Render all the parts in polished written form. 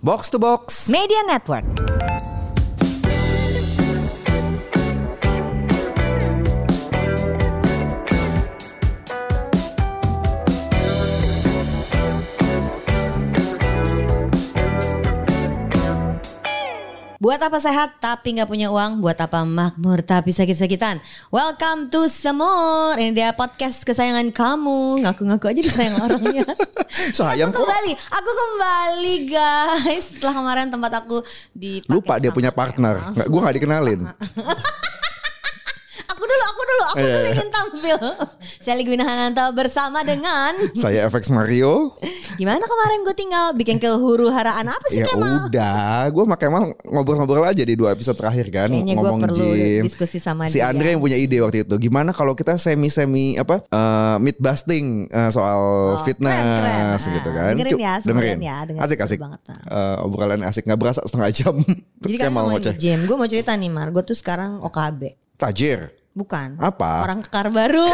Box to Box Media Network. Buat apa sehat tapi gak punya uang? Buat apa makmur tapi sakit-sakitan? Welcome to Semur. Ini dia podcast kesayangan kamu. Ngaku-ngaku aja disayang orangnya. Sayang kok. Aku kembali guys. Setelah kemarin tempat aku dipakai. Lupa dia punya partner. Gue gak dikenalin. Aku dulu ingin tampil. Saya Ligwina Hananto bersama dengan saya FX Mario. Gimana kemarin gue tinggal bikin huru haraan apa sih ya Kemal? Udah, gue sama Kemal ngobrol-ngobrol aja di 2 episode terakhir kan. Kayaknya ngomong gue perlu gym. diskusi sama si dia. Andre yang punya ide waktu itu. Gimana kalau kita semi myth busting soal fitness keren. gitu kan. Dengerin ya. Asik banget. Obrolannya asik, gak berasa setengah jam. Jadi kan mau gym. Gue mau cerita nih Mar. Gue tuh sekarang OKB. Tajir. Bukan. Apa? Orang kekar baru.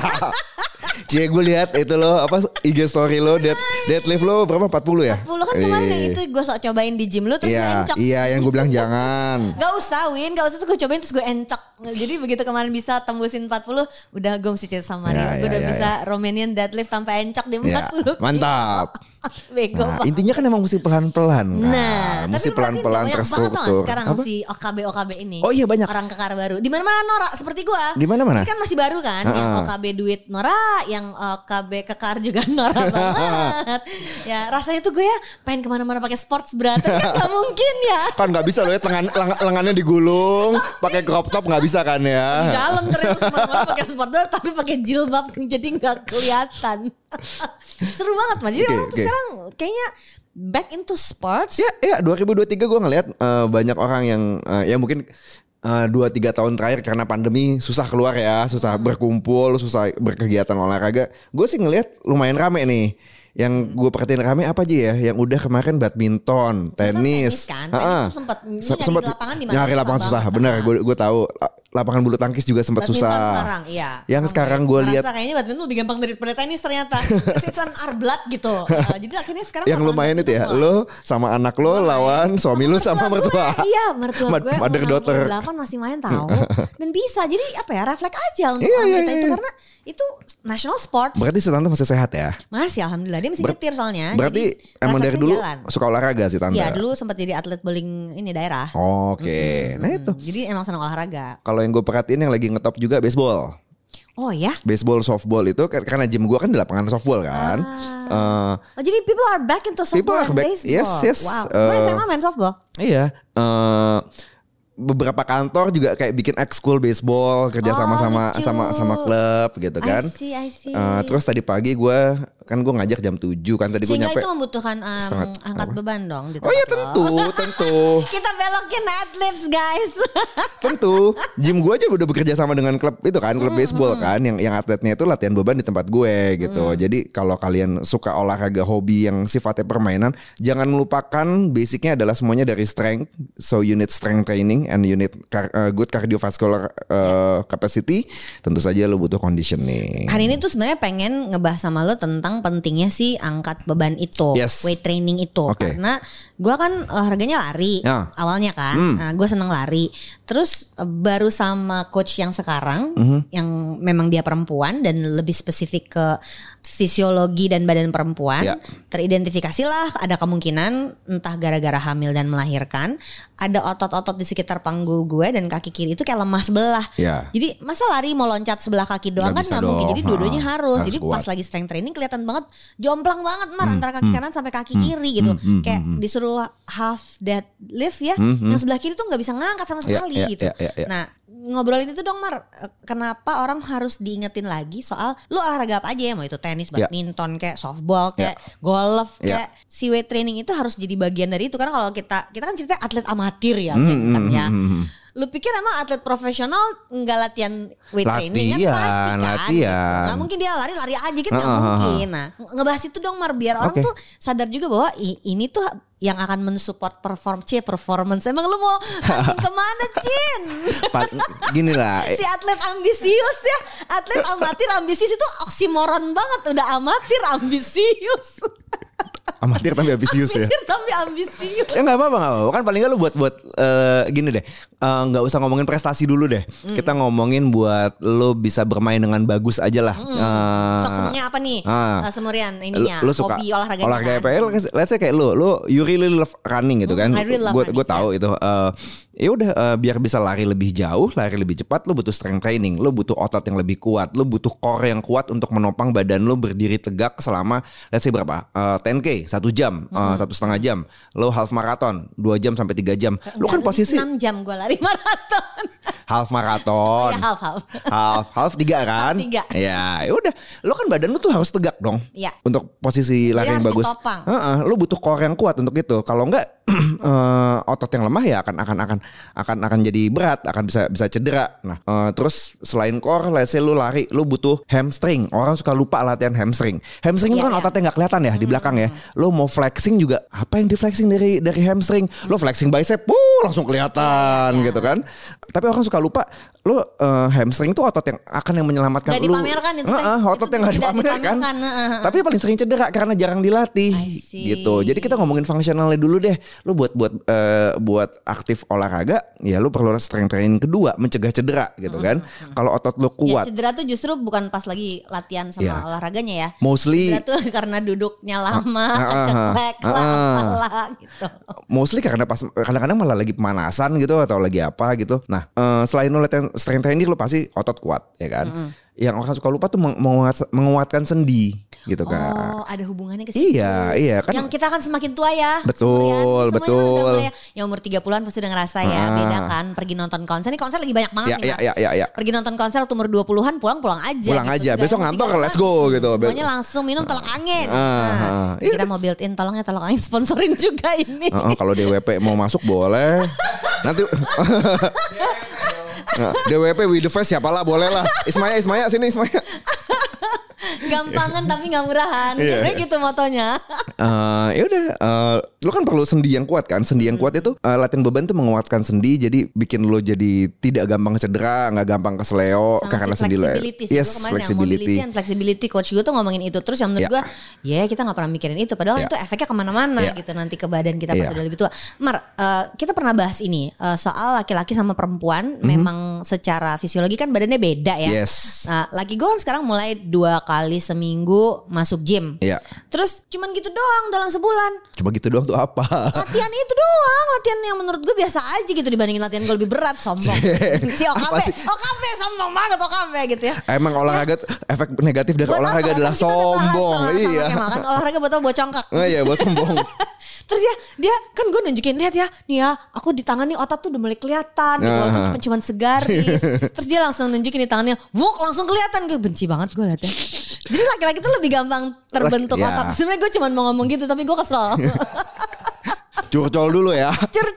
Cie, gue lihat itu lo apa IG story lo deadlift lo berapa 40 ya? 40 kan kemarin yang itu gue sok cobain di gym lo terus gue encok. Iya, yang gue bilang jangan. Gak usah tuh gue cobain terus gue encok. Jadi begitu kemarin bisa tembusin 40, udah gue mesti cerita sama Rio. Gue udah bisa Romanian deadlift sampai encok di 40. Ya, mantap. Bego. Nah, intinya kan emang mesti pelan-pelan. Nah, mesti pelan-pelan terstruktur. Sekarang si OKB ini. Oh iya banyak. Orang kekar baru. Di mana-mana Nora seperti gue. Di mana-mana? Ini kan masih baru kan. Yang OKB duit Nora, yang OKB kekar juga Nora banget. Ya rasanya tuh gue ya pengen kemana-mana pakai sports bra. Tapi kan gak mungkin ya. Kan gak bisa loh ya lengannya digulung, pakai crop top gak bisa kan ya. Di dalam terus kemana-mana pakai sport bra tapi pakai jilbab jadi gak kelihatan. Seru banget mah. Jadi orang tuh sekarang kayaknya back into sports. Ya 2023 gue ngeliat banyak orang yang ya mungkin 2-3 tahun terakhir karena pandemi susah keluar ya, susah berkumpul, susah berkegiatan olahraga. Gue sih ngeliat lumayan rame nih. Yang gue perhatiin rame apa aja ya? Yang udah kemarin badminton, tenis. Kan? Tenis sempat nyari lapangan di mana? Nyari lapangan susah, bener. Gue tahu. Lapangan bulu tangkis juga sempat susah. Sekarang, iya. Yang sekarang gue lihat. Kayaknya badminton lebih gampang daripada tenis ternyata. It's an art blood gitu. Jadi akhirnya sekarang. Yang lumayan itu ya, lo sama anak lo lawan suami lo sama mertua. Iya, mertua gue. Mother daughter. 8 masih main tahu. Dan bisa. Jadi apa ya? Refleks aja untuk orang kita itu karena itu national sports. Berarti si tante masih sehat ya? Masih, alhamdulillah. Dia masih nyetir soalnya. Berarti emang dari dulu suka olahraga sih tante? Iya, dulu sempat jadi atlet bowling ini daerah. Oke. Nah itu. Jadi emang senang olahraga. Kalau yang gue perhatiin yang lagi ngetop juga baseball. Oh ya? Baseball, softball itu karena gym gue kan di lapangan softball kan. Jadi people are back into softball and baseball. Yes. Wow. Gue SMA main softball. Iya. Beberapa kantor juga kayak bikin ekskul baseball kerja sama klub gitu kan. I see. Terus tadi pagi gue ngajak jam 7 kan tadi gue nyampe. Sehingga itu membutuhkan angkat beban dong. Oh iya tentu. Kita belokin adlibs guys. Tentu. Gym gue aja udah bekerja sama dengan klub itu kan, klub baseball kan, yang atletnya itu latihan beban di tempat gue gitu. Jadi kalau kalian suka olahraga hobi yang sifatnya permainan, jangan melupakan basicnya adalah semuanya dari strength. So you need strength training and you need good cardiovascular capacity. Tentu saja lo butuh conditioning. Hari ini tuh sebenarnya pengen ngebahas sama lo tentang pentingnya sih angkat beban itu, weight training itu. Karena gue kan olahraganya lari awalnya kan, gue seneng lari. Terus baru sama coach yang sekarang, yang memang dia perempuan dan lebih spesifik ke fisiologi dan badan perempuan, teridentifikasilah ada kemungkinan entah gara-gara hamil dan melahirkan, ada otot-otot di sekitar panggul gue dan kaki kiri itu kayak lemah sebelah. Jadi masa lari mau loncat sebelah kaki doang kan nggak mungkin. Jadi dua-duanya harus. Jadi kuat. Pas lagi strength training kelihatan banget jomplang banget antara kaki kanan sampai kaki kiri gitu. Kayak disuruh half deadlift ya, yang sebelah kiri tuh nggak bisa ngangkat sama sekali gitu. Nah ngobrolin itu dong Mar, kenapa orang harus diingetin lagi soal lu olahraga apa aja ya, mau itu tenis, badminton, kayak softball, kayak golf, kayak si weight training itu harus jadi bagian dari itu. Karena kalau kita kan ceritanya atlet amatir ya, kan ya. Lu pikir emang atlet profesional nggak latihan weight training kan pasti kan? Latihan. Nggak mungkin dia lari aja gitu, nggak mungkin. Nah ngebahas itu dong Mar, biar orang tuh sadar juga bahwa ini tuh yang akan mensupport performance. Emang lu mau kemana Cin? Gini lah. Si atlet ambisius ya, atlet amatir ambisius itu oksimoron banget. Udah amatir ambisius. Amatir tapi ambisius ya. Amatir tapi ambisius. Ya nggak apa-apa. Kan paling nggak lu buat gini deh. Nggak usah ngomongin prestasi dulu deh. Kita ngomongin buat lu bisa bermain dengan bagus aja lah. Sok semuanya apa nih? Semurian ininya. Lu suka hobi olahraganya. Olahraga PL. Let's say kayak lu you really love running gitu kan. Gue tahu itu. Ya udah biar bisa lari lebih jauh, lari lebih cepat, lu butuh strength training, lu butuh otot yang lebih kuat, lu butuh core yang kuat untuk menopang badan lu berdiri tegak selama let's say berapa? 10K 1 jam, 1,5 jam. Lu half marathon 2 jam sampai 3 jam. Lu kan posisi 6 jam gue lari maraton. Half marathon. Ya, half 3 kan? Half 3. Ya udah. Lu kan badan lu tuh harus tegak dong. Ya. Untuk posisi lari yang bagus. Lu butuh core yang kuat untuk itu. Kalau enggak otot yang lemah ya akan jadi berat, akan bisa cedera. Nah, terus selain core, let's say lu lari, lu butuh hamstring. Orang suka lupa latihan hamstring. Hamstring itu kan ototnya nggak kelihatan ya di belakang ya. Lu mau flexing juga, apa yang di flexing dari hamstring? Lu flexing bicep, langsung kelihatan gitu kan. Tapi orang suka lupa, lu hamstring itu otot yang menyelamatkan lu. Dipamerkan itu. Otot yang nggak dipamerkan. Tapi paling sering cedera karena jarang dilatih gitu. Jadi kita ngomongin fungsionalnya dulu deh. Lu buat aktif olahraga, ya lu perlu strength training kedua, mencegah cedera gitu kan. Kalau otot lu kuat. Ya, cedera tuh justru bukan pas lagi latihan sama olahraganya ya. Mostly cedera tuh karena duduknya lama, keceklek lah, apalah gitu. Mostly karena pas kadang-kadang malah lagi pemanasan gitu atau lagi apa gitu. Nah, selain lu latihan strength training, lu pasti otot kuat ya kan. Yang orang suka lupa tuh menguatkan sendi gitu kan. Oh, ada hubungannya ke situ. Iya kan. Yang kita kan semakin tua ya. Betul. Yang umur 30-an pasti udah ngerasa ya, beda kan. Pergi nonton konser, ini konser lagi banyak banget nih. Iya. Pergi nonton konser waktu umur 20-an pulang aja. Pulang gitu. aja. Besok ngantor let's go gitu. Semuanya langsung minum tolak angin. Kita mau build in tolak angin sponsorin juga ini. Kalau DWP mau masuk boleh. Nanti DWP with the face siapalah boleh lah. Ismaya sini Ismaya. Gampangan tapi gak murahan. Gitu motonya. Ya udah, lu kan perlu sendi yang kuat kan. Sendi yang kuat itu latihan beban tuh menguatkan sendi, jadi bikin lo jadi tidak gampang cedera, nggak gampang kesleo karena sendi lo. Yes, flexibility. Coach gue tuh ngomongin itu terus, yang menurut gue, kita nggak pernah mikirin itu. Padahal itu efeknya kemana-mana gitu nanti ke badan kita pas udah lebih tua. Mar, kita pernah bahas ini soal laki-laki sama perempuan. Memang secara fisiologi kan badannya beda ya. Yes. Nah, laki gue kan sekarang mulai 2 kali seminggu masuk gym. Terus cuman gitu doang dalam sebulan. Cuma gitu doang tuh apa? Latihan itu doang. Latihan yang menurut gue biasa aja gitu dibandingin latihan gue lebih berat. Sombong. Si OKB sombong banget OKB gitu ya. Emang olahraga efek negatif dari olahraga adalah sombong. Iya. Kan olahraga buat congkak. Iya, buat sombong. Terus dia kan gue nunjukin, lihat ya, nih ya, aku di tangan nih otot tuh udah mulai kelihatan gitu, walaupun cuma segaris. Terus dia langsung nunjukin di tangannya, langsung kelihatan. Gue benci banget gue liatnya. Jadi laki-laki tuh lebih gampang terbentuk otot. Sebenarnya gue cuma mau ngomong gitu, tapi gue kesel. Curcol dulu ya.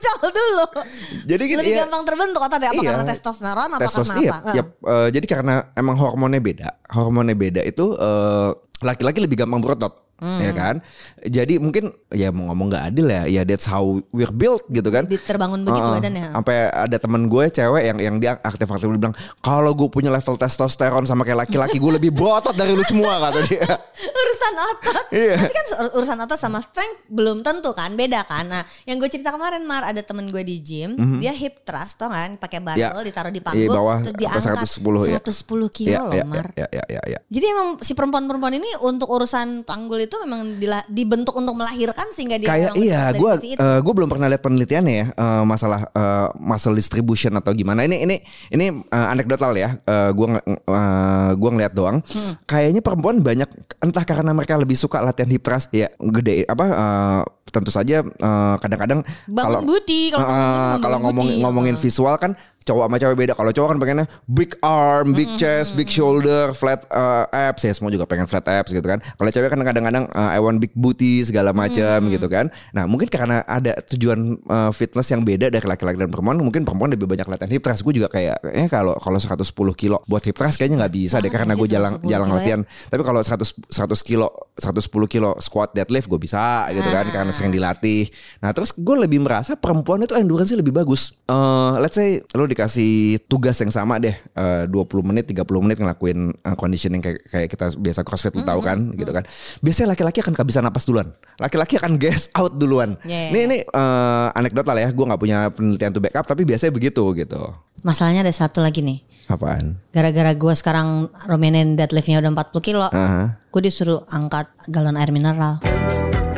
Jadi gini, lebih gampang terbentuk otot ya, apa karena testosteron, apa karena apa? Jadi karena emang hormonnya beda itu laki-laki lebih gampang berotot. Ya kan, jadi mungkin ya mau ngomong nggak adil ya that's how we're built gitu kan. Terbangun begitu badannya. Sampai ada temen gue cewek yang dia aktif bilang, kalau gue punya level testosteron sama kayak laki-laki, gue lebih berotot dari lu semua, kata dia. Urusan otot. Tapi kan urusan otot sama strength belum tentu kan, beda kan. Nah, yang gue cerita kemarin, Mar, ada temen gue di gym, dia hip thrust tau kan, pakai barbel ditaruh di panggung, terus diangkat 110 kilo loh, Mar. Jadi emang si perempuan-perempuan ini untuk urusan panggul itu memang dibentuk untuk melahirkan sehingga dia kayak gue belum pernah lihat penelitiannya ya, masalah muscle distribution atau gimana. Ini anekdotal ya, gue ngeliat doang. Kayaknya perempuan banyak, entah karena mereka lebih suka latihan hip thrust ya, gede tentu saja kadang-kadang kalau ngomongin visual kan cowok sama cewek beda. Kalau cowok kan pengennya big arm, big chest, big shoulder, flat abs, ya semua juga pengen flat abs gitu kan. Kalau cewek kan kadang-kadang I want big booty segala macam gitu kan. Nah, mungkin karena ada tujuan fitness yang beda dari laki-laki dan perempuan, mungkin perempuan lebih banyak latihan hip thrust. Gue juga kayaknya kalau 110 kilo buat hip thrust kayaknya nggak bisa deh, karena gue jarang latihan. Tapi kalau 110 kilo squat deadlift gue bisa gitu kan, karena sering dilatih. Nah, terus gue lebih merasa perempuan itu endurance lebih bagus. Let's say lo dikasih tugas yang sama deh, 20 menit 30 menit ngelakuin conditioning kayak kita biasa CrossFit lu tahu kan gitu kan. Biasanya laki-laki akan kehabisan napas duluan. Laki-laki akan gas out duluan. Ini anekdotal ya, gue nggak punya penelitian to backup tapi biasanya begitu gitu. Masalahnya ada satu lagi nih. Apaan? Gara-gara gue sekarang Romanian deadliftnya udah 40 kilo, gue disuruh angkat galon air mineral.